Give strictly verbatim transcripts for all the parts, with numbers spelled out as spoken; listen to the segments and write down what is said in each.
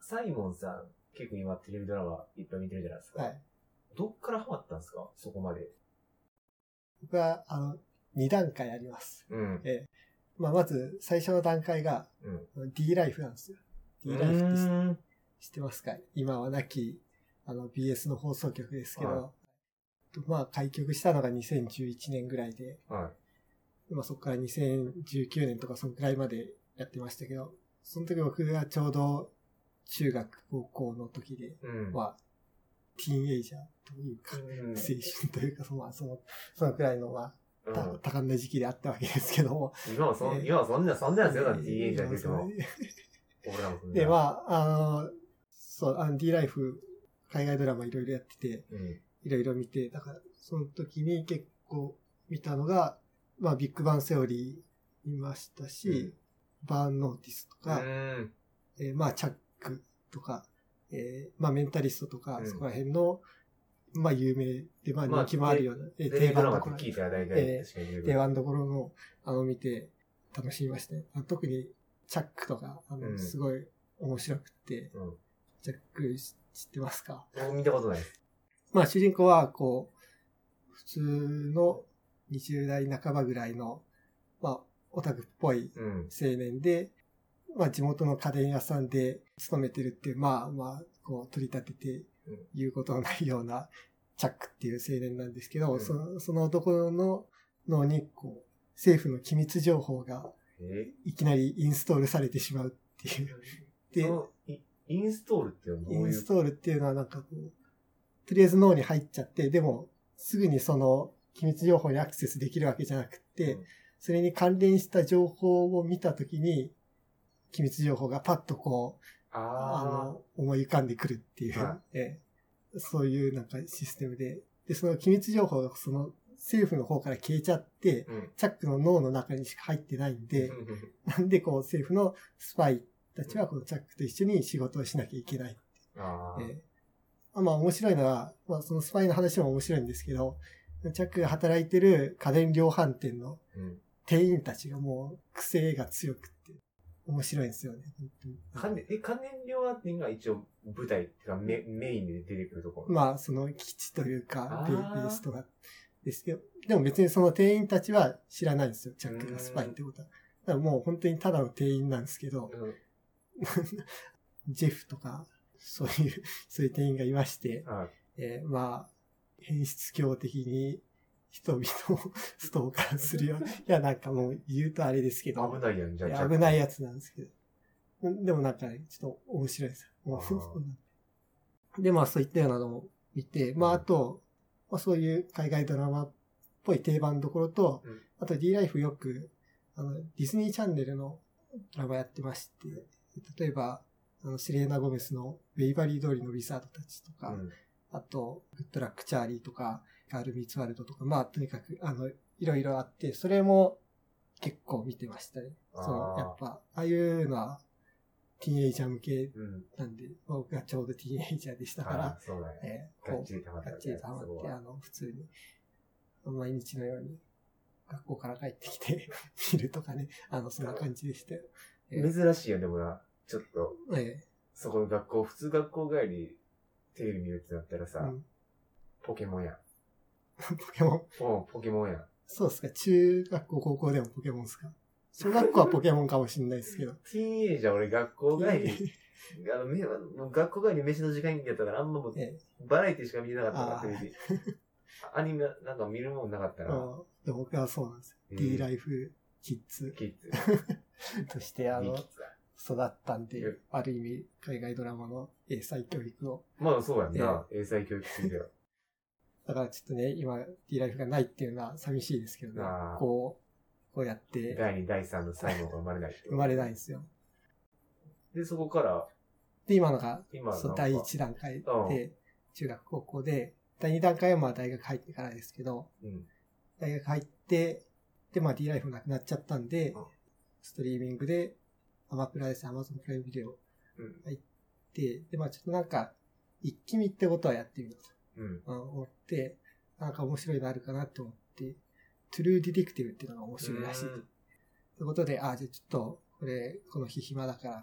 サイモンさん、結構今テレビドラマいっぱい見てるじゃないですか。はい。どっからハマったんですかそこまで。 僕は、あの、に段階あります。うん。えー、まあ、まず、最初の段階が、うん、D ライフなんですよ。D ライフって知ってますか？今はなき、あの、ビーエス の放送局ですけど、はい、まあ、開局したのがにせんじゅういちねんぐらいで、はい、まあ、そこからにせんじゅうきゅうねんとかそのくらいまでやってましたけど、その時僕がちょうど中学、高校の時で、うん、まあ、ティーンエイジャーというか、うん、青春というか、まあ、その、そのくらいの、まあ、うん、多感な時期であったわけですけども。 今はそ、えー、今はそんな、そんなんですよ、ティーンエイジャーって言っても。 俺らもそんな。で、まあ、あの、そう、あの D ライフ、海外ドラマいろいろやってて、いろいろ見て、だから、その時に結構見たのが、まあ、ビッグバンセオリー見ましたし、うん、バーンノーティスとか、えー、まあ、チャックとか、えー、まあ、メンタリストとか、うん、そこら辺の、まあ、有名で、まあ、人気もあるような、まあ、 え定番どころ、えー、定番どころの、あの、見て、楽しみましたね。特に、チャックとか、あの、うん、すごい面白くて、うん、チャック知ってますか？ 見たことないです。 まあ、主人公は、こう、普通のにじゅう代半ばぐらいの、まあ、オタクっぽい青年で、うん、まあ、地元の家電屋さんで勤めてるっていう、まあ、まあ、こう、取り立てて言うことのないような、チャックっていう青年なんですけど、うん、その、その男の脳に、こう、政府の機密情報が、いきなりインストールされてしまうっていう。 で、そのインストールっていうのはどういう？ インストールっていうのはなんかこう、とりあえず脳に入っちゃって、でも、すぐにその機密情報にアクセスできるわけじゃなくて、うん、それに関連した情報を見たときに、機密情報がパッとこう、あの、思い浮かんでくるっていう、はい、えそういうなんかシステムで、で、その機密情報がその政府の方から消えちゃって、うん、チャックの脳の中にしか入ってないんで、なんでこう政府のスパイたちはこのチャックと一緒に仕事をしなきゃいけない。あえー、まあ面白いのは、まあそのスパイの話も面白いんですけど、チャックが働いてる家電量販店の店員たちがもう癖が強くて面白いんですよね。 家電、え、家電量販店が一応舞台っていうかメ、メインで出てくるところ？ まあその基地というかベースとかですけど、でも別にその店員たちは知らないんですよ、チャックがスパイってことは。だからもう本当にただの店員なんですけど、うんジェフとか、そういう、そういう店員がいまして、はい、えー、まあ、変質狂的に人々をストーカーするような、いや、なんかもう言うとあれですけど、 危ないやん、じゃあ。危ないやつなんですけど。でもなんか、ね、ちょっと面白いですよ。で、まあそういったようなのを見て、まああと、まあ、そういう海外ドラマっぽい定番どころと、うん、あと D ライフよく、あの、ディズニーチャンネルのドラマやってまして、例えば、あの、シレーナ・ゴメスのウェイバリー通りのウィザードたちとか、うん、あと、グッドラック・チャーリーとか、ガール・ミーツ・ワールドとか、まあ、とにかく、あの、いろいろあって、それも結構見てましたね。その、やっぱ、ああいうのは、ティーンエイジャー向けなんで、うん、僕がちょうどティーンエイジャーでしたから、 そうだね。 えー、こう、がっちりとハマって、あの、普通に、毎日のように、学校から帰ってきて、見るとかね、あの、そんな感じでしたよ。 えー、珍しいよ、でもな。ちょっと、ええ、そこの学校、普通学校帰り、テレビ見るってなったらさ、うん、ポケモンやん。 ポケモンおう、ポケモンやん。 そうっすか、中学校、高校でもポケモンっすか？小学校はポケモンかもしんないですけど。 ティーンエイジャー俺学校帰り、あの、もう学校帰り飯の時間やったからあんまもう、ええ、バラエティしか見てなかったから、テレビ。アニメなんか見るもんなかったら。 でも僕はそうなんですよ。えー、D ライフキッズ。 キッズ。 として、あの、育ったんで、ある意味、海外ドラマの英才教育を。 まあそうやんな。えー、英才教育すぎだよ。 だからちょっとね、今、D ライフがないっていうのは寂しいですけどね。こう、こうやって。 だいに、だいさんの最後が生まれない。 生まれないんですよ。 で、そこから。 で、今のが、今のそうだいいち段階で、うん、中学高校で、だいに段階はまあ大学入ってからですけど、うん、大学入って、で、まあ D ライフなくなっちゃったんで、うん、ストリーミングで、アマプラですね、アマゾンプライムビデオ入って、うん、で、まあちょっとなんか、一気見ってことはやってみようと、うん思って、なんか面白いのあるかなと思って、トゥルーディティクティブっていうのが面白いらしいと。ということで、あ、じゃあちょっと、これ、この日暇だから、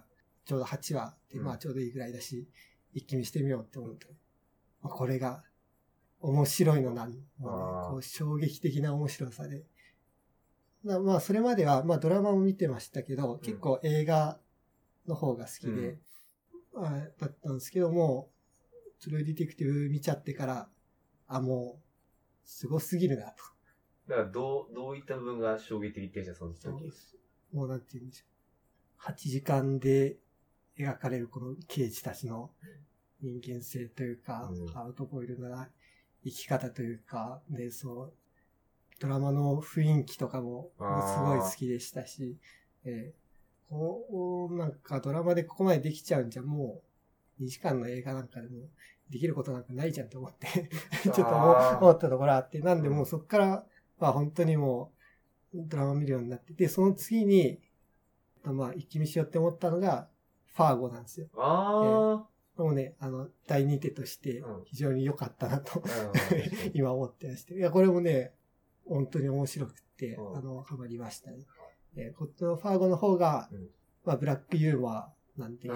ちょうどはちわで、まあちょうどいいぐらいだし、一気見してみようって思って、まあ、これが面白いのなん、まあね、こう衝撃的な面白さで。まあそれまでは、まあドラマも見てましたけど、結構映画の方が好きで、うん、まあ、だったんですけども、トゥルーディテクティブ見ちゃってから、あ、もう、すごすぎるなと。 だからどう、どういった部分が衝撃的でした、その時。 もうなんて言うんでしょう。はちじかんで描かれるこの刑事たちの人間性というか、うん、ハードボイルな生き方というか、で、そう、ドラマの雰囲気とかもすごい好きでしたし、えー、こう、なんかドラマでここまでできちゃうんじゃもうにじかんの映画なんかでもできることなんかないじゃんと思ってちょっと思ったところあって、なんでもうそっからは本当にもうドラマ見るようになってて、その次に、まあ一気見しようって思ったのがファーゴなんですよ。 ああ。 えー、もうね、あの、第二手として非常に良かったなと、うん、今思ってまして。いや、これもね、本当に面白くて、うん、あの、ハマりましたね。えー、こっちのファーゴの方が、うん、まあ、ブラックユーモアなんで、うん、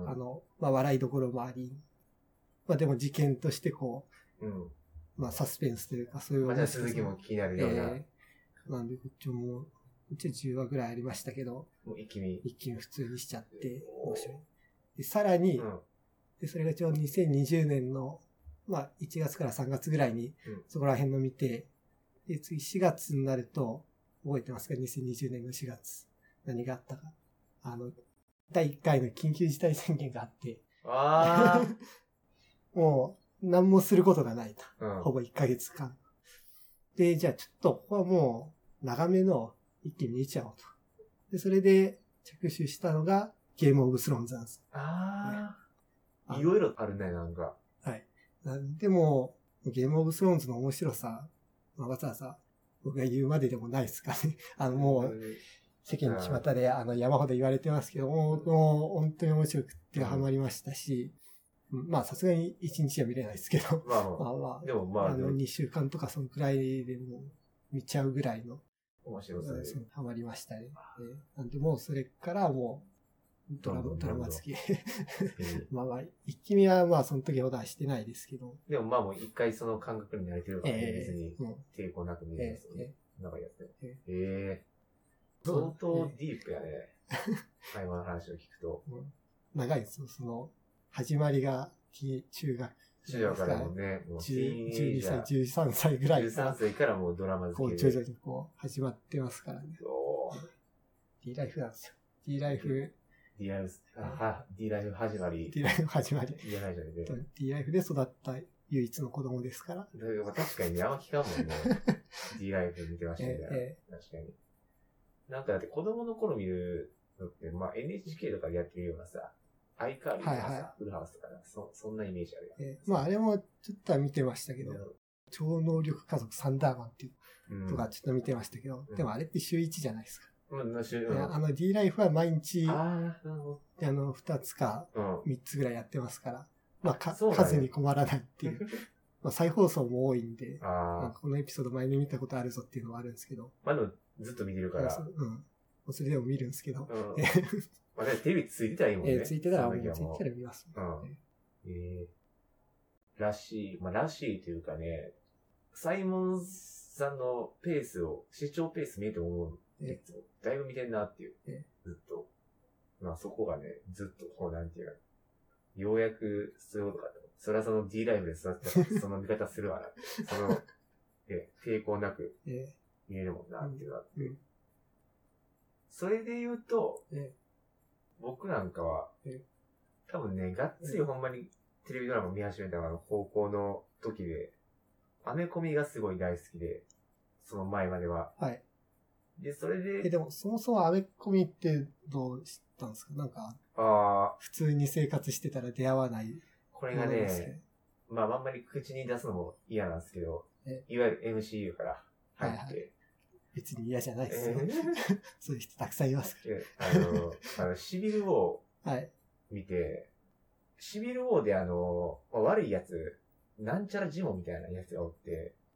あの、まあ、笑いどころもあり、まあ、でも事件としてこう、うん、まあ、サスペンスというか、そういう。 まあ、じゃあ続きも気になるような。えー、なんで、こっちも、こっちはじゅうわぐらいありましたけど、 もう一気に。 一気に普通にしちゃって、面白い。で、さらに、うん、で、それがちょうどにせんにじゅうねんの、まあ、いちがつからさんがつぐらいに、そこら辺の見て、で、次しがつになると、覚えてますか ?にせんにじゅうねんのしがつ。何があったか。あの、だいいっかいの緊急事態宣言があって。 あもう、何もすることがないと。 うん、 ほぼいっかげつかん。で、じゃあちょっと、ここはもう、長めの一気に見ちゃおうと。で、それで着手したのが、ゲームオブスローンズなんです。 ああ。ね、いろいろあるね、なんか。 はい。でも、ゲームオブスローンズの面白さ、まあ、わざわざ僕が言うまででもないですかね。あの、もう、世間に巷で、あの、山ほど言われてますけど、もう、もう本当に面白くてハマりましたし、うん、まあ、さすがにいちにちは見れないですけど、 まあまあ、まあまあ、でもまあ、 あの、にしゅうかんとかそのくらいでも見ちゃうぐらいの、 面白さで、 ハマりましたね。えー、なんで、もうそれからもう、ドラマ、ドラマ付き。まあまあ、一気見はまあその時ほどはしてないですけど。 でもまあもう一回その感覚に慣れてるからね、別に抵抗なく見れますよね。なんかやってる。ええー。相当ディープやね。今の話を聞くと。 長いですよ、その、始まりが中学。 中学からもね、もうじゅうにさい、じゅうさんさいぐらい。 じゅうさんさいからもうドラマ付けで。 こう徐々にこう始まってますからね。D ライフなんですよ。D ライフ。 D ライフ、あ、D ライフ始まり。 D ライフ始まり。 D ライフで D ライフで育った唯一の子供ですから。 確かにね、あんま聞かんもんね。D ライフ見てましたね、ええ、確かに。なんかだって子供の頃見るのって、まあ エヌエイチケー とかでやってるようなさ、アイカーリーとかさ、はいはい、フルハウスとかそ、そんなイメージあるよ、 ええ、まああれもちょっとは見てましたけど、うん、超能力家族サンダーマンっていうとかちょっと見てましたけど、うん、でもあれって週いちじゃないですか。 うん、 あの D ライフは毎日、あ, あの、二つか三つぐらいやってますから、まあ、か、ね、数に困らないっていう。まあ、再放送も多いんで、まあ、このエピソード前に見たことあるぞっていうのはあるんですけど。 まあ、でもずっと見てるから。 うん。それでも見るんですけど。うん、 まあ、テレビついてたらいいもんね。 えー、ついてたらもう、ついてたら見ます、ね。 うん。えー、らしい、まあ、らしいというかね、サイモンさんのペースを、視聴ペース見えて思う。いつもだいぶ見てんなっていう。ずっと。まあそこがね、ずっとこうなんていうか、ようやくそういうことかと。それはその D ライブで育ったその見方するわな。その、え、抵抗なく見えるもんなっていうのがあって。それで言うと、僕なんかは、多分ね、がっつりほんまにテレビドラマ見始めたのが高校の時で、アメコミがすごい大好きで、その前までは。 はい。 で、それで。 え、でも、そもそもアメコミってどうしたんですか？なんか、 あ普通に生活してたら出会わない。 これがね、まあ、あんまり口に出すのも嫌なんですけど、いわゆる エムシーユー から入って。はいはい、 別に嫌じゃないですよ。えー、そういう人たくさんいますから。あの、あのシビルを見て、はい、シビル王であの、悪いやつ、なんちゃらジモみたいなやつがおって、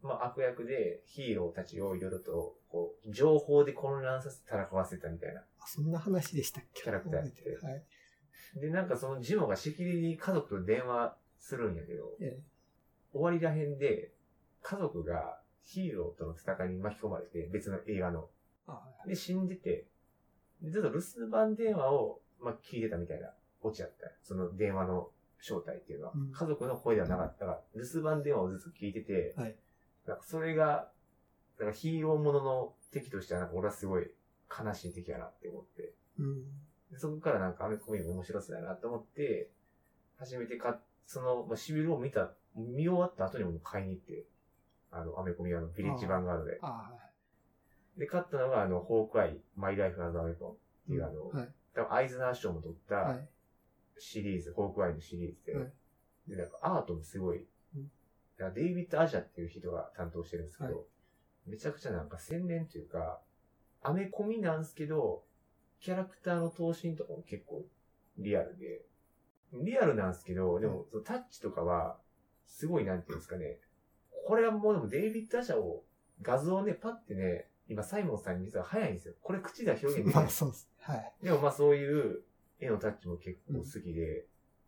まあ悪役でヒーローたちをいろいろと、こう、情報で混乱させて戦わせたみたいな。 あ、そんな話でしたっけ？ キャラクターやって。 はい。 で、なんかそのジモがしきりに家族と電話するんやけど、 ええ、 終わりらへんで、家族がヒーローとの戦いに巻き込まれて、別の映画の。 あ、 で、死んでて、で、ちょっと留守番電話を、まあ、聞いてたみたいな、オチやった。その電話の正体っていうのは、うん、家族の声ではなかったが、留守番電話をずっと聞いてて、はい、なんかそれが、なんかヒーローものの敵としては、なんか俺はすごい悲しい敵やなって思って、うん、でそこからなんかアメコミも面白そうやなと思って、初めてか、その、まあ、シビルを見た、見終わった後にも買いに行って、あの、アメコミはのビレッジヴァンガードで。で、買ったのが、あの、ホークアイ、マイライフアメコンっていう、あの、はい、多分アイズナー賞も取ったシリーズ、はい、ホークアイのシリーズで、はい、で、なんかアートもすごい、うん、デイビッド・アジャっていう人が担当してるんですけど、はい、めちゃくちゃなんか洗練というか、アメコミなんですけど、キャラクターの頭身とかも結構リアルで、リアルなんですけど、でも、そのタッチとかは、すごいなんていうんですかね、これはもうでもデイビッド・アジャを画像をね、パッてね、今、サイモンさんに実は早いんですよ。これ口では表現できない。 まあ、そうです。はい。 でもまあそういう絵のタッチも結構好きで、うん、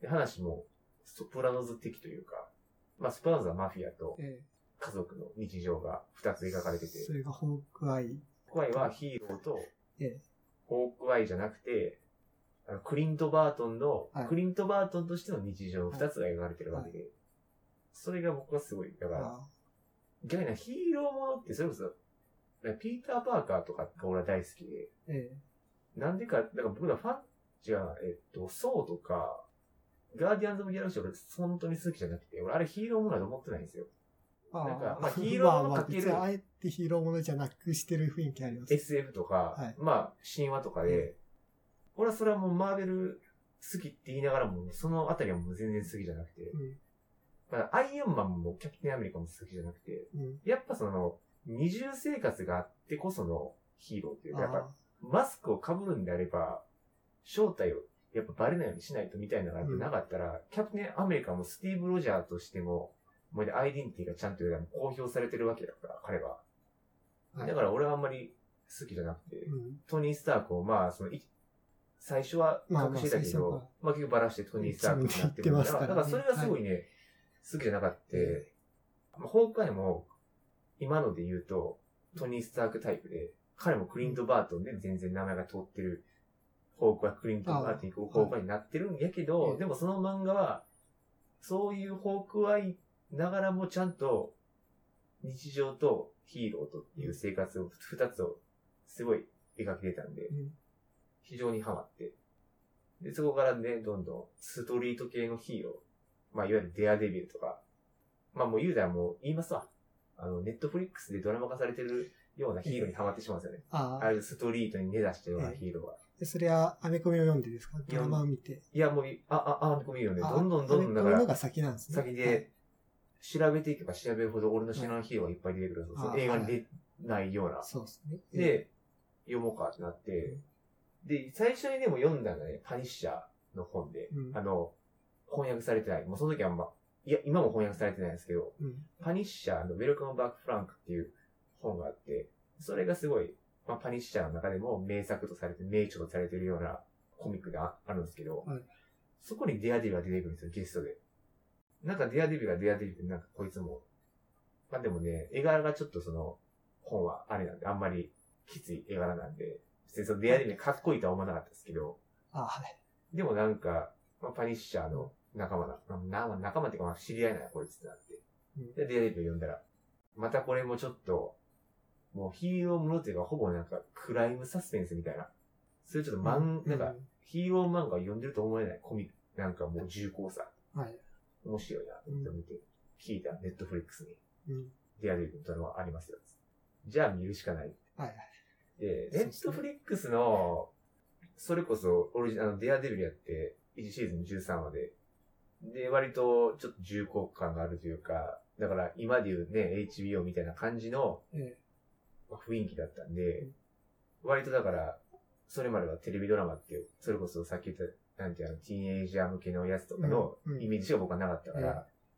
で話もソプラノズ的というか、まあソプラノズはマフィアと家族の日常が二つ描かれてて。 それがホークアイ。 ホークアイはヒーローと、ホークアイじゃなくて、あのクリント・バートンの、はい、クリント・バートンとしての日常二つが描かれてるわけで、はい、それが僕はすごい、だから、逆にヒーローものってそれこそ、ピーター・パーカーとかが俺は大好きで。ええ。なんでか、だから僕らファン、違う、えっと、ソーとか、ガーディアンズ・オブ・ギャラクシー俺本当に好きじゃなくて、俺あれヒーローものだと思ってないんですよ。ああ。なんか、まあヒーローものかける。 まあ、あえてヒーローものじゃなくしてる雰囲気あります。 エスエフ とか、はい、まあ神話とかで、うん、俺はそれはもうマーベル好きって言いながらも、そのあたりはもう全然好きじゃなくて、うん、まあ、アイアンマンもキャプテンアメリカも好きじゃなくて、うん、やっぱその、二重生活があってこそのヒーローっていうか、やっぱ、マスクを被るんであれば、正体をやっぱバレないようにしないとみたいなのがなかったら、うん、キャプテンアメリカもスティーブ・ロジャーとしても、もうアイデンティティがちゃんと公表されてるわけだから、彼は。はい、だから俺はあんまり好きじゃなくて、うん、トニー・スタークをまあ、その、最初は隠してたけど、まあ、まあ、結局バラしてトニー・スタークになってるんだから、だからそれがすごいね、はい、好きじゃなかった。まあ、ホークアイも、今ので言うと、トニー・スタークタイプで、彼もクリント・バートンで全然名前が通ってる、ホークはクリント・バートンにホークアイになってるんやけど、はい、でもその漫画は、そういうホークアイながらもちゃんと、日常とヒーローとっていう生活を、二つをすごい描けてたんで、非常にハマって。で、そこからね、どんどんストリート系のヒーロー、まあいわゆるデアデビルとか、まあもう言うたらもう言いますわ。あの、ネットフリックスでドラマ化されてるようなヒーローにハマってしまうんですよね。ああ。ああいうストリートに根ざしたようなヒーローは。 えー、それはアメコミを読んでですか？ドラマを見て。 いや、もう、あ、あ、アメコミ読んで、どんどんどんどんだから。 アメコミのが先なんですね。 先で、調べていけば調べるほど俺の知らないヒーローがいっぱい出てくるんですよ。はい、映画に出ないような。 そうですね。 で、読もうかってなって、で、最初にでも読んだのがね、パニッシャーの本で、うん、あの、翻訳されてない。もうその時はまあ、いや、今も翻訳されてないんですけど、うん、パニッシャーのウェルカムバックフランクっていう本があって、それがすごい、まあ、パニッシャーの中でも名作とされて、名著とされてるようなコミックがあるんですけど、はい、そこにデアデビルが出てくるんですよ、ゲストで。なんかデアデビルがデアデビルってなんかこいつも、まあでもね、絵柄がちょっとその、本はあれなんで、あんまりきつい絵柄なんで、別にそのデアデビルかっこいいとは思わなかったですけど、 あ、はい。 でもなんか、まあ、パニッシャーの仲間だ。な、仲間っていうか、まあ、知り合いなこいつってなって。うん、で、デアデビル読んだら、またこれもちょっと、もうヒーローものっていうか、ほぼなんか、クライムサスペンスみたいな。そういうちょっとマン、うん、なんか、ヒーロー漫画を読んでると思えないコミック、なんかもう重厚さ。はい。面白いなと思って見て、うん、聞いたネットフリックスに、うん、デアデビルのドラマありますよ。じゃあ見るしかない。はい。で、ネットフリックスの、それこそ、オリジナル、デアデビルやって、いちシーズンじゅうさんわで、で、割と、ちょっと重厚感があるというか、だから、今で言うね、エイチビーオー みたいな感じの、雰囲気だったんで、うん、割とだから、それまではテレビドラマっていう、それこそさっき言った、なんていうの、ティーンエイジャー向けのやつとかのイメージしか僕はなかったから、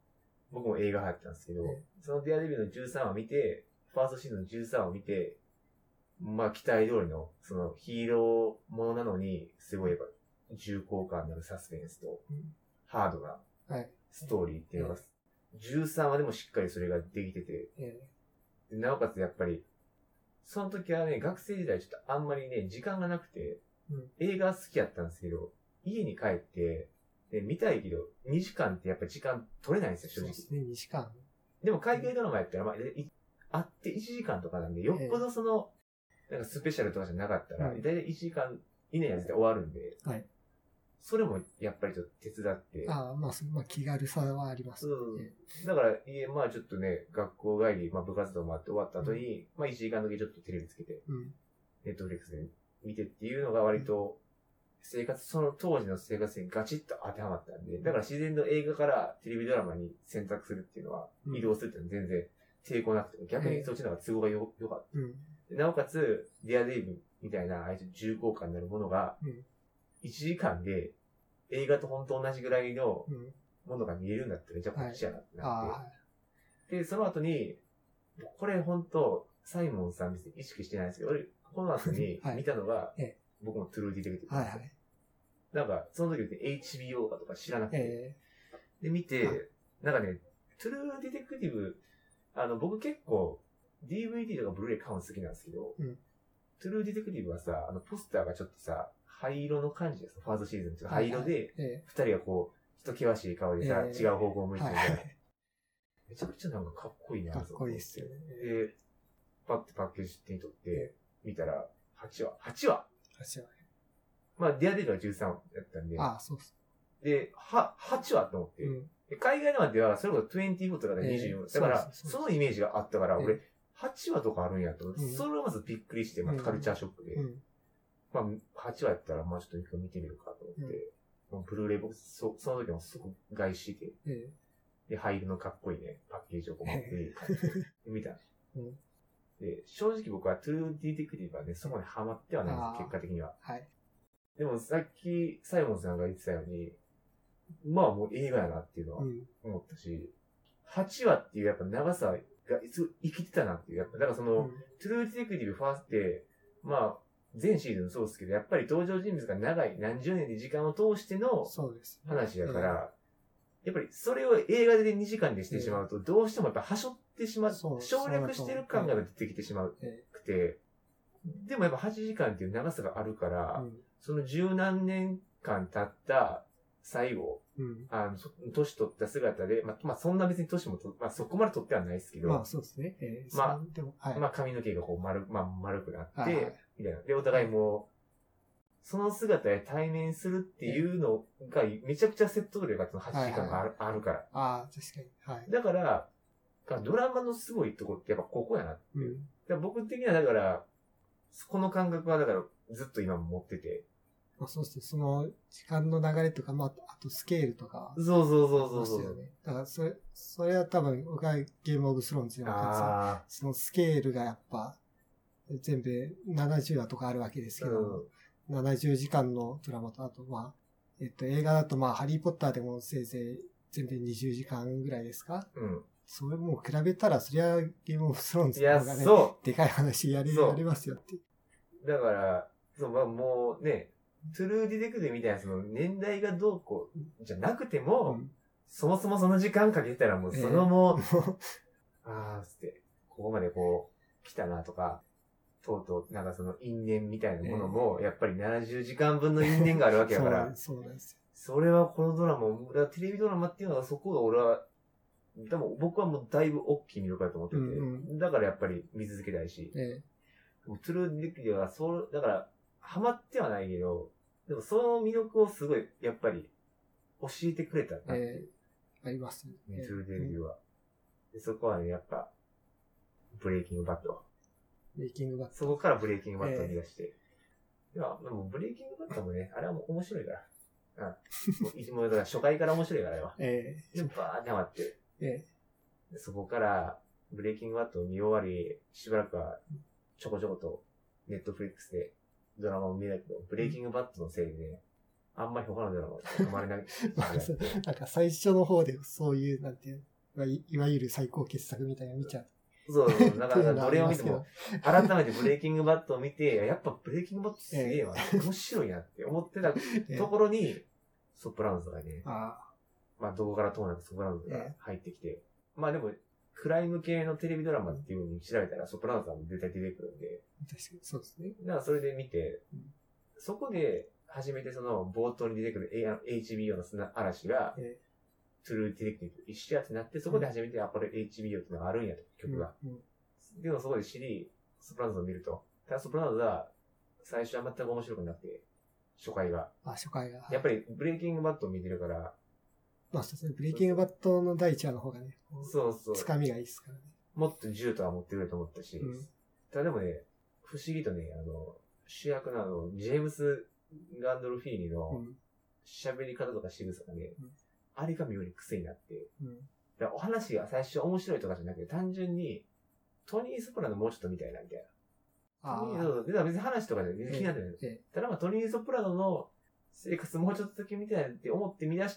僕も映画入ったんですけど、 えそのデアデビルのじゅうさんわ見て、ファーストシーズンのじゅうさんわ見て、まあ期待通りの、そのヒーローものなのに、すごいやっぱ重厚感のあるサスペンスと、 うんハードなはい。 ストーリーっていうのが、じゅうさんわでもしっかりそれができてて、 えでなおかつやっぱり、その時はね、学生時代ちょっとあんまりね、時間がなくて、 うん映画好きやったんですけど、家に帰って、で、見たいけど、にじかんってやっぱ時間取れないんですよ、正直。 そうですね、にじかん。 でも海外ドラマやったら、まあ、いあっていちじかんとかなんで、よっぽどその、なんかスペシャルとかじゃなかったら、 うんだいたいいちじかん以内は絶対終わるんで、 はい。 それもやっぱりちょっと手伝って、 ああ、まあ、そまあ、気軽さはあります。 うんえだから、家、まあちょっとね、学校帰り、まあ部活動もあって終わった後に、まあいちじかんだけちょっとテレビつけて、 うん。 ネットフリックスで見てっていうのが割と、生活、その当時の生活にガチッと当てはまったんで、だから自然と映画からテレビドラマに選択するっていうのは、 うん移動するっていうのは全然抵抗なくて、逆にそっちの方が都合がよ、よかった。 うん。 でなおかつ、ディアデイブみたいな、あいつ重厚感になるものが、 うん。 いちじかんで映画と本当同じぐらいのうん。 ものが見えるんだったら、じゃあこっちやなってああ、 なって。 はい。 で、その後に、これ本当サイモンさん別に意識してないんですけど、俺、この後にはい見たのが、 ええ僕もトゥルーディテクティブはいはい。 なんか、その時って エイチビーオー かとか知らなくて、 えで、見て、なんかね、トゥルーディテクティブ、あの、僕結構 ディーブイディー とかブルーレイ買うの好きなんですけど、 うんトゥルーディテクティブはさ、あの、ポスターがちょっとさ、灰色の感じです。ファーストシーズンちょっと灰色で、 ええ二人がこう、人険しい顔でさ、 ええ違う方向を向いてるみたいな。 はいはい。 めちゃくちゃなんかかっこいいなかっこいいっすよね。 で、パッてパッケージ手に取って、見たら、はちわ。はちわ私は。 まあ、ディアデルはじゅうさんわやったんで、 ああ、そうっす。 で、は、はちわと思って、 うん。 で海外のでは、それこそにじゅうよんとかでにじゅうよん。 ええだから、 そうですそうですそのイメージがあったから、 ええ俺、はちわとかあるんやと思って、 うんそれはまずびっくりして、まあ、カルチャーショックで、 うん。 まあ、はちわやったら、まあ、ちょっと一回見てみるかと思って、もうブルーレイボックス、そその時もすぐ外して、 えで、灰色のかっこいいね、パッケージをこう持って、見た。 えうん。 で、正直僕はトゥルーディテクティブはね、そこにハマってはないんですあー結果的には。 はい。 でもさっき、サイモンさんが言ってたように、まあもう映画やなっていうのはうん。 思ったし、はちわっていうやっぱ長さがいつ生きてたなっていう、やっぱ、だからその、 うんトゥルーディテクティブファーストって、まあ、全シーズンそうですけど、やっぱり登場人物が長い、何十年で時間を通してのそうです。 話だから、やっぱりそれを映画でにじかんでしてしまうと、どうしてもやっぱはしょってしまう、 そう省略してる感が出てきてしまうえくて、でもやっぱはちじかんっていう長さがあるから、 えうん。 その十何年間経った最後、 うん。 あの、そ年取った姿で、まあ、まあ、そんな別に年もと、まあ、そこまで取ってはないですけど、 まあ、そうですね。ええまあそうでも、はい。 まあ、髪の毛がこう丸、まあ、丸くなって、 はいはいみたいな。で、お互いもう、その姿で対面するっていうのが、めちゃくちゃ説得力がはちじかんがある,、あるから。 ああ、確かに。はい。 だから、ドラマのすごいとこってやっぱここやなっていう。 うん。 だから僕的にはだから、この感覚はだからずっと今も持ってて。 まあ、そうですね。その、時間の流れとか、まあ、あとスケールとか。 そうそうそうそうそう。 ますよね。だから、それ、それは多分、僕はゲームオブスローンズのああ。 そのスケールがやっぱ、全部ななじゅうわとかあるわけですけど、 うんななじゅうじかんのドラマと、あと、まあ、えっと、映画だと、まあ、ハリーポッターでもせいぜい全部にじゅうじかんぐらいですか？ うん。 それも比べたら、そりゃゲームオブスローンズいや、 の方がね、 そでかい話やり、 そうやりますよって。 う。だから、そう、まあもうね、トゥルーディテクティブみたいなその年代がどうこう、じゃなくても、 うんそもそもその時間かけたらもうそのもう、あーつって、ここまでこう、来たなとか、とうとう、なんかその因縁みたいなものも、やっぱりななじゅうじかんぶんの因縁があるわけだから、 そうそうなんですよ。 それはこのドラマ、だからテレビドラマっていうのはそこが俺は、でも僕はもうだいぶ大きい魅力だと思ってて、 うんだからやっぱり見続けたいし、 えもうトゥルーディテクティブはそう、だから、ハマってはないけど、でもその魅力をすごい、やっぱり、教えてくれたなえ、ええありますね。 トゥルーディテクティブは。でそこはね、やっぱ、ブレイキングバット。 メイキングバット。 そこからブレイキングバットを見出して。いや、でもブレイキングバットもね、あれはもう面白いから。うん。もういつもだから初回から面白いからよ。 ええで、バーってハマって。 えでそこから、ブレイキングバットを見終わり、しばらくは、ちょこちょこと、ネットフリックスでドラマを見ないけど、ブレイキングバットのせいでね、あんまり他のドラマが止まれない。 まあそうなんか最初の方でそういう、なんていう、 い, いわゆる最高傑作みたいなの見ちゃう。 そうそう、だからどれを見ても、改めてブレイキングバットを見て、やっぱブレイキングバットすげえわ、えー、面白いなって思ってたところに、えー、ソプラノズがね、あまあ動画から通なくソプラノズが入ってきて、えー、まあでも、クライム系のテレビドラマっていう風に調べたらソプラノズは絶対出てくるんで、 確かにそうですね。 だからそれで見て、うん、そこで初めてその冒頭に出てくる エイチビーオー の砂嵐が、えートゥルーディレクティブと一緒やってなって、そこで初めて、うん、あ、これ エイチビーオー ってのがあるんやと、曲が。うんうん、でもそこで知り、ソプラノズを見ると。ただソプラノズは、最初は全く面白くなくて、初回が。 あ、初回が。 やっぱり、ブレイキングバットを見てるから。 まあそうですね、ブレイキングバットの第一話の方がね、 そうそう。 つかみがいいですからね。 もっと銃とは持ってくると思ったし。うん、ただでもね、不思議とね、あの、主役のあの、ジェームス・ガンドルフィーニの喋り方とか仕草がね、うんあれが妙に癖になって、うん、だからお話が最初面白いとかじゃなくて、単純に、トニー・ソプラノもうちょっと見たいな、みたいな。トニー、別に話とかで気になってない。ええ、ただまあトニー・ソプラノの生活もうちょっとだけ見たいなって思って見出して、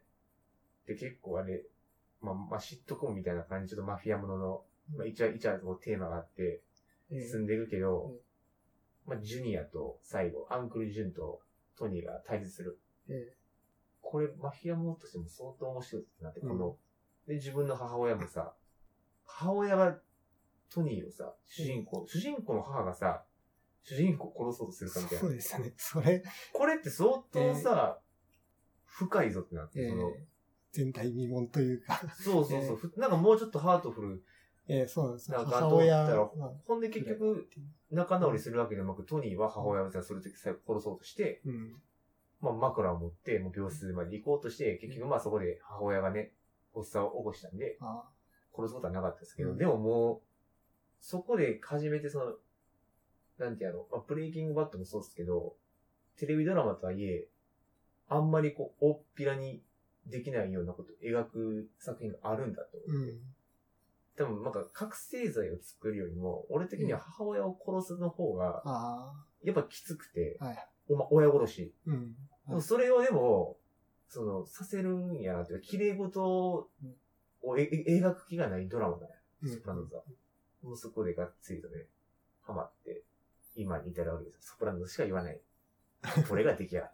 で、結構あれ、まあ、まあ、シットコムみたいな感じ、ちょっとマフィアものの、まあ、一話一話のテーマがあって、進んでるけど、ええ、まあ、ジュニアと最後、アンクル・ジュンとトニーが対峙する。ええこれ、マフィアものとしても相当面白いってなって、この、うん、で、自分の母親もさ、母親がトニーをさ、主人公、うん、主人公の母がさ、主人公を殺そうとするかみたいな。 そうですね。それ。 これって相当さ、えー、深いぞってなって、 えー、 その、 前代未聞というか。 そうそうそう、えー、なんかもうちょっとハートフル。 えー、そうなんですよ。なんか、母親。ほんで結局、仲直りするわけでもなく、トニーは母親をさ、それで殺そうとして、うんまあ、枕を持って、もう病室まで行こうとして、結局まあそこで母親がね、発作を起こしたんで、殺すことはなかったですけど、うん、でももう、そこで初めてその、なんてやろう、まあ、ブレイキングバットもそうですけど、テレビドラマとはいえ、あんまりこう、大っぴらにできないようなことを描く作品があるんだと思って。うん、多分なんか覚醒剤を作るよりも、俺的には母親を殺すの方が、やっぱきつくて、はい、おま、親殺し。うんでもそれをでも、その、させるんやなっていうか、綺麗事をえ描く気がないドラマだよ。うん、ソプラノズは。もうそこでがっつりとね、ハマって、今に至るわけですよ。ソプラノズしか言わない。これが出来上がった。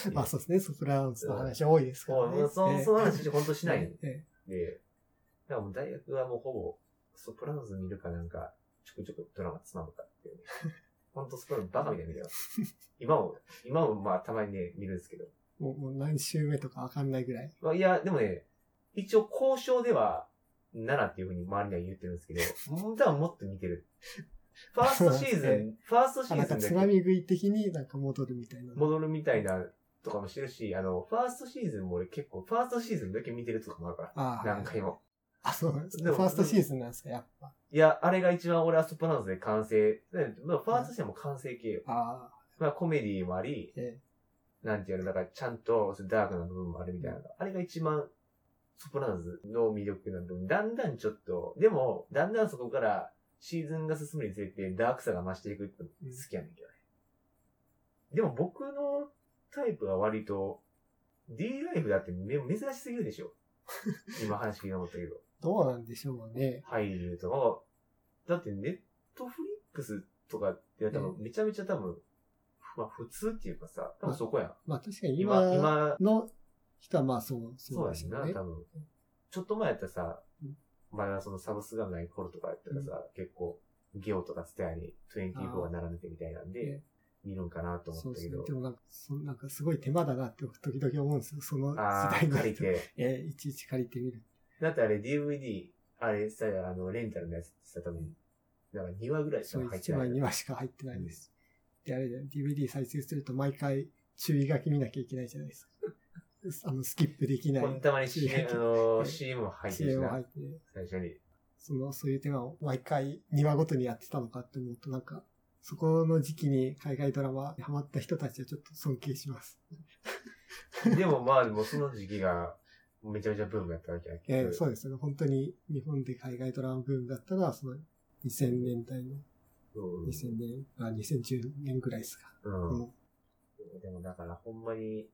まあそうですね、ソプラノズの話多いですからね。 うん、そ, えー、その話本当しないんで。えー、で、だからもう大学はもうほぼ、ソプラノズ見るかなんか、ちょくちょくドラマつまむかっていうね。ほんとスプラノバカみたいな見てます。今も、今もまあたまにね、見るんですけど。 もう、もう何週目とかわかんないぐらい。 まあ、いや、でもね、一応交渉では、ななっていうふうに周りには言ってるんですけど、本当はもっと似てる。ファーストシーズン、ファーストシーズンだけ。 なんかつまみ食い的になんか戻るみたいな。 戻るみたいなとかもしてるし、あの、ファーストシーズンも俺結構、ファーストシーズンだけ見てるとかもあるから。あ何回も。 あ、そうなんですか。ファーストシーズンなんですか、やっぱ。 いや、あれが一番俺はソプラノズで完成。まあ、ファーストシーズンも完成形よ。ああ。まあ、コメディもあり、ええ、なんていうの、だからちゃんとダークな部分もあるみたいな。うん、あれが一番、ソプラノズの魅力な部分。だんだんちょっと、でも、だんだんそこからシーズンが進むにつれてダークさが増していくって好きやねんけどね。うん、でも僕のタイプは割と、D ライフだって珍しすぎるでしょ。今話聞いたこと言うと。どうなんでしょうね。 俳優とか。だってネットフリックスとかって多分めちゃめちゃ多分、まあ普通っていうかさ、多分そこやん。 まあ確かに今今の人はまあそう、 そうですね。そうやんな、多分。ちょっと前やったらさ、まだそのサブスがない頃とかやったらさ、うん、結構、ゲオとかツタヤににじゅうよんが並んでてみたいなんで、見るんかなと思ったけど。 そうそう。でもなんか、そなんかすごい手間だなって時々思うんですよ。その時代に。 借りて。 えー、いちいち借りてみる。 だってあれ ディーブイディー、あれさ、あの、レンタルのやつってさ、多分、なんかにわぐらいしか入ってない。 そう、いちまいにわしか入ってないんです。うん、で、あれで ディーブイディー 再生すると毎回注意書き見なきゃいけないじゃないですか。あの、スキップできない。 たまに シーエム、あの、シーエム も入ってるしな。 シーエム も入って。 最初に。 その、そういう手間を毎回にわごとにやってたのかって思うとなんか、そこの時期に海外ドラマにハマった人たちはちょっと尊敬します。 でもまあでもその時期がめちゃめちゃブームだったわけやけど。 えー、そうですね。本当に日本で海外ドラマブームだったのはそのにせんねんだいの、うん、にせんねん、あ、にせんじゅうねんぐらいですか。うん。 うん、でもだからほんまに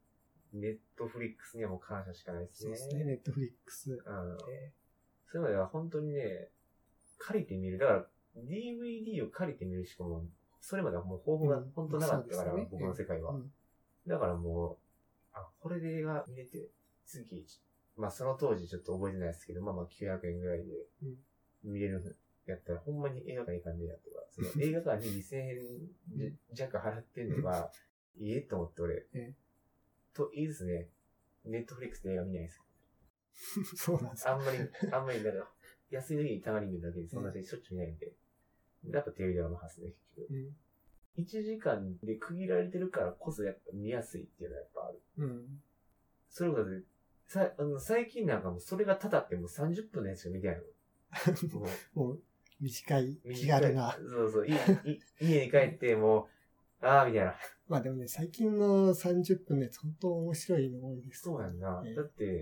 ネットフリックスにはもう感謝しかないですね。 そうですね、ネットフリックス。 うん。そういうのでは本当にね、借りてみる。だから、ディーブイディー を借りてみるしかも、それまではもう方法が本当なかったから、うんね、僕の世界は、うん。だからもう、あ、これで映画見れて、次、まあその当時ちょっと覚えてないですけど、まあまあきゅうひゃくえんぐらいで見れるやったら、ほんまに映画館行かんでやとか、その映画館ににせんえん弱払ってんのが、いいえと思って俺、と言いですね、ネットフリックスで映画見ないです。 そうなんですか。 あんまり、あんまり、だから、安い時にたまに見るだけで、そんなにしょっちゅう見ないんで。やっぱテレビドラマ発ね、結局。うん、いちじかんで区切られてるからこそやっぱ見やすいっていうのはやっぱある。うん。それこそ、さ、あの、最近なんかもうそれがたたってもうさんじゅっぷんのやつしか見てないの。 もう、もう短い、気軽な。 そうそう、いい家に帰ってもう、ああ、みたいな。 まあでもね、最近のさんじゅっぷんのやつ本当面白いの多いです。 そうやんな。えー、だって、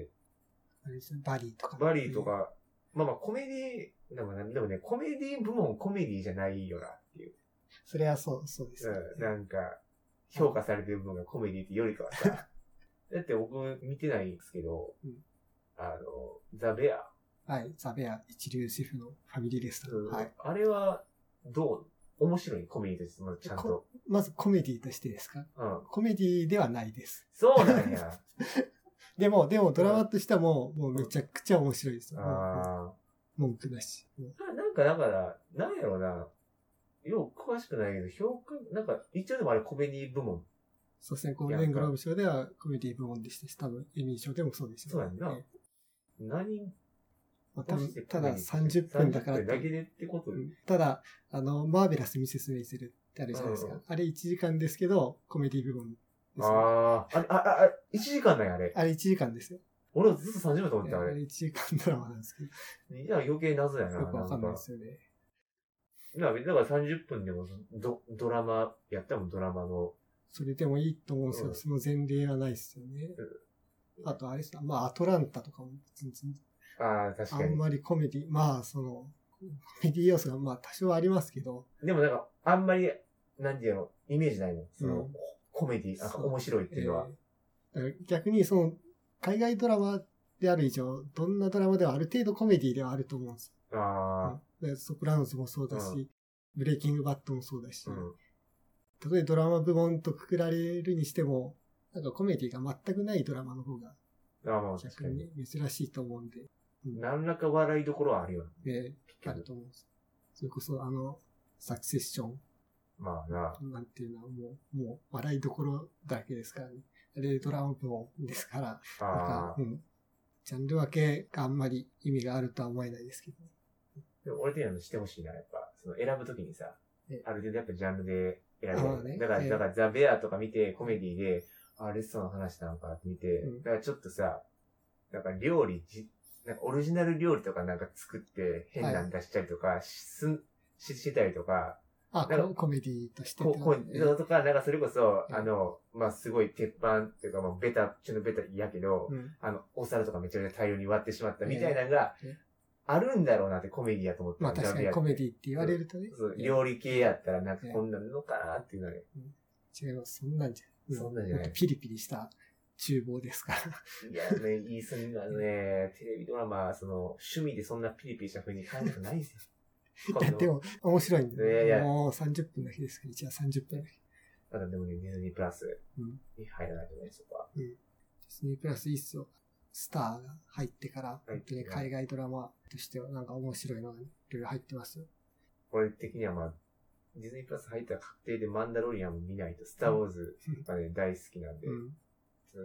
あれですね、バリーとか。 バリーとか、まあまあコメディ、でもね、でもね、コメディ部門コメディじゃないよなっていう。 それはそう、そうです、 ね。うん、なんか、評価されてる部分がコメディってよりかはさ、だって僕見てないんですけど、うん、あの、ザ・ベア。 はい、ザ・ベア、一流シェフのファミリーレストラン。はい。 あれは、どう面白いコメディとして、まずちゃんと。 まずコメディとしてですか？うん。コメディではないです。 そうなんや。 でも、でもドラマとしてはもう、もうめちゃくちゃ面白いですよ。ああ。文句なし。 なんかだから、なんやろうな。よく詳しくないけど、評価、なんか、一応でもあれコメディ部門。 そうですね、ゴールデングローブ賞ではコメディ部門でしたし、多分エミー賞でもそうですよね。そうやんな。何まあ、多分たださんじゅっぷんだからだけでってこと、 うん、ただ、あの、マーベラス・ミセス・メイゼルってあるじゃないですか。うん、あれいちじかんですけど、コメディ部門ですね。 ああ、あれ、あ、あ、いちじかんなんや、あれ。 あれいちじかんですよ。 俺はずっとさんじゅっぷんと思ってた、あれ。 あれいちじかんドラマなんですけど。 いや、余計謎やな。 よくわかんないですよね。 だからさんじゅっぷんでもド、ドラマ、やったもんドラマの。 それでもいいと思うんですよ。うん、その前例はないですよね。うん、あとあれさ、まあアトランタとかも全然。 ああ、確かに。 あんまりコメディ、まあその、コメディ要素がまあ多少ありますけど。 でもなんか、あんまり、なんていうの、イメージないの。その、うん、コメディ、なんか面白いっていうのは。 えー、逆にその、海外ドラマである以上、どんなドラマではある程度コメディではあると思うんですよ。ああ、うん。ソプラノスもそうだし、うん、ブレイキングバットもそうだし、うん、たとえドラマ部門とくくられるにしても、なんかコメディが全くないドラマの方が、逆にね、珍しいと思うんで。 うん、何らか笑いどころはあるよね。 ええ、あると思うんです。それこそあの、サクセッション。 まあな。 なんていうのはもう、もう笑いどころだけですからね。あれドラマ部門ですから、あなんか、うん。ジャンル分けがあんまり意味があるとは思えないですけど、ね。 でも俺的にはしてほしいな、やっぱ。その選ぶときにさ、ある程度やっぱジャンルで選ぶ。ね、だから、だからザ・ベアとか見て、コメディで、あ、レストランの話なのかって見て、うん、だからちょっとさ、なんか料理じ、なんかオリジナル料理とかなんか作って変なの出したりとか、はい、し、し、してたりとか、 あ、なんかコメディとしてこコメディとか、なんかそれこそ、あの、まあ、すごい鉄板っていうか、もうベタ、ちょっとベタやけど、うん、あの、お皿とかめちゃめちゃ大量に割ってしまったみたいなのが、あるんだろうなってコメディやと思って。 まあ確かにコメディって言われるとね。 そう、料理系やったらなんかこんなのかなっていうのね。 違います。そんなんじゃ。 そんなんじゃない。 ピリピリした厨房ですから。 いやね、いいすぎがね、テレビドラマ、その、趣味でそんなピリピリした風に感じたことないですよ。 いや、でも、面白いんで、ね。いやいやもうさんじゅっぷんだけですけど、じゃあさんじゅっぷんだけ。 ただでもね、ディズニープラスに入らないとね、そこは。うん。ディズニープラスいいっすよ。スターが入ってから、本当に海外ドラマとしてはなんか面白いのがいろいろ入ってますよ。 これ的にはまあ、ディズニープラス入ったら確定でマンダロリアンも見ないと、スターウォーズがね、大好きなんで、うん、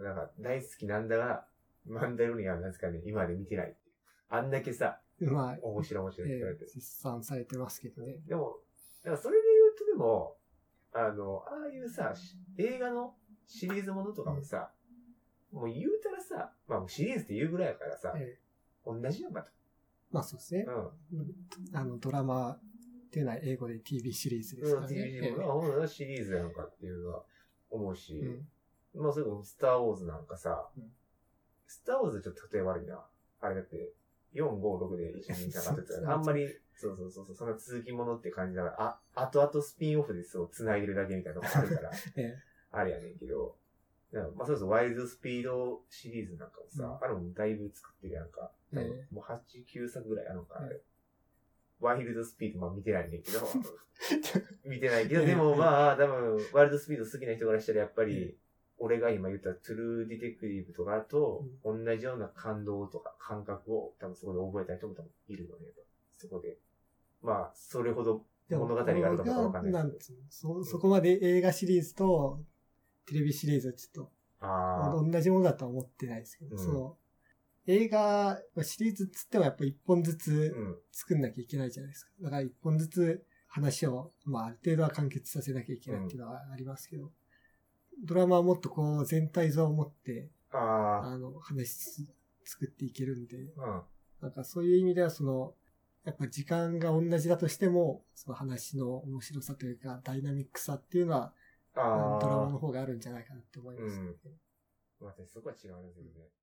なんか大好きなんだが、マンダロリアンなんですかね、今まで見てないっていう。あんだけさ、まあ、面白い面白いって言われて、 えー。絶賛されてますけどね。 でも、なんかそれで言うとでも、あの、ああいうさ、映画のシリーズものとかもさ、うん、もう言うたらさ、まあシリーズって言うぐらいやからさ、えー、同じやんかと。 まあそうですね。うん。あの、ドラマっていうのは英語で ティービー シリーズですからね。うん、ティービー シリーズ、えー、ほんとシリーズやんかっていうのは思うし、うん、まあそれこそスターウォーズなんかさ、うん、スターウォーズちょっと例え悪いな。あれだって、よん、ご、ろくで一緒になかったら、あんまり、そうそうそう、その続きものって感じだから、あ、あとあとスピンオフでそう繋いでるだけみたいなのがあるから、ええ、あれやねんけど、 まあそうそう、ワイルドスピードシリーズなんかもさ、 うん、 あれもだいぶ作ってるやんか。 えー、 もうはち、きゅうさくぐらいあるのか、あれ。 えー、 ワイルドスピード、まあ見てないねんけど、見てないけど、でもまあ、多分、ワイルドスピード好きな人からしたらやっぱり、えー、俺が今言ったトゥルーディテクティブとかと、同じような感動とか感覚を多分そこで覚えた人も多分いるよね。そこで。まあ、それほど物語があるかどうかわかんないですけど。 そ、そこまで映画シリーズとテレビシリーズはちょっと、同じものだとは思ってないですけど、うん、その、映画、シリーズつってもやっぱ一本ずつ作んなきゃいけないじゃないですか。だから一本ずつ話を、まあある程度は完結させなきゃいけないっていうのはありますけど、うん、ドラマはもっとこう全体像を持って、あ, あの話作っていけるんで、うん、なんかそういう意味ではその、やっぱ時間が同じだとしても、その話の面白さというか、ダイナミックさっていうのは、ドラマの方があるんじゃないかなって思います、ね。 うん。私そこは違うんですよね。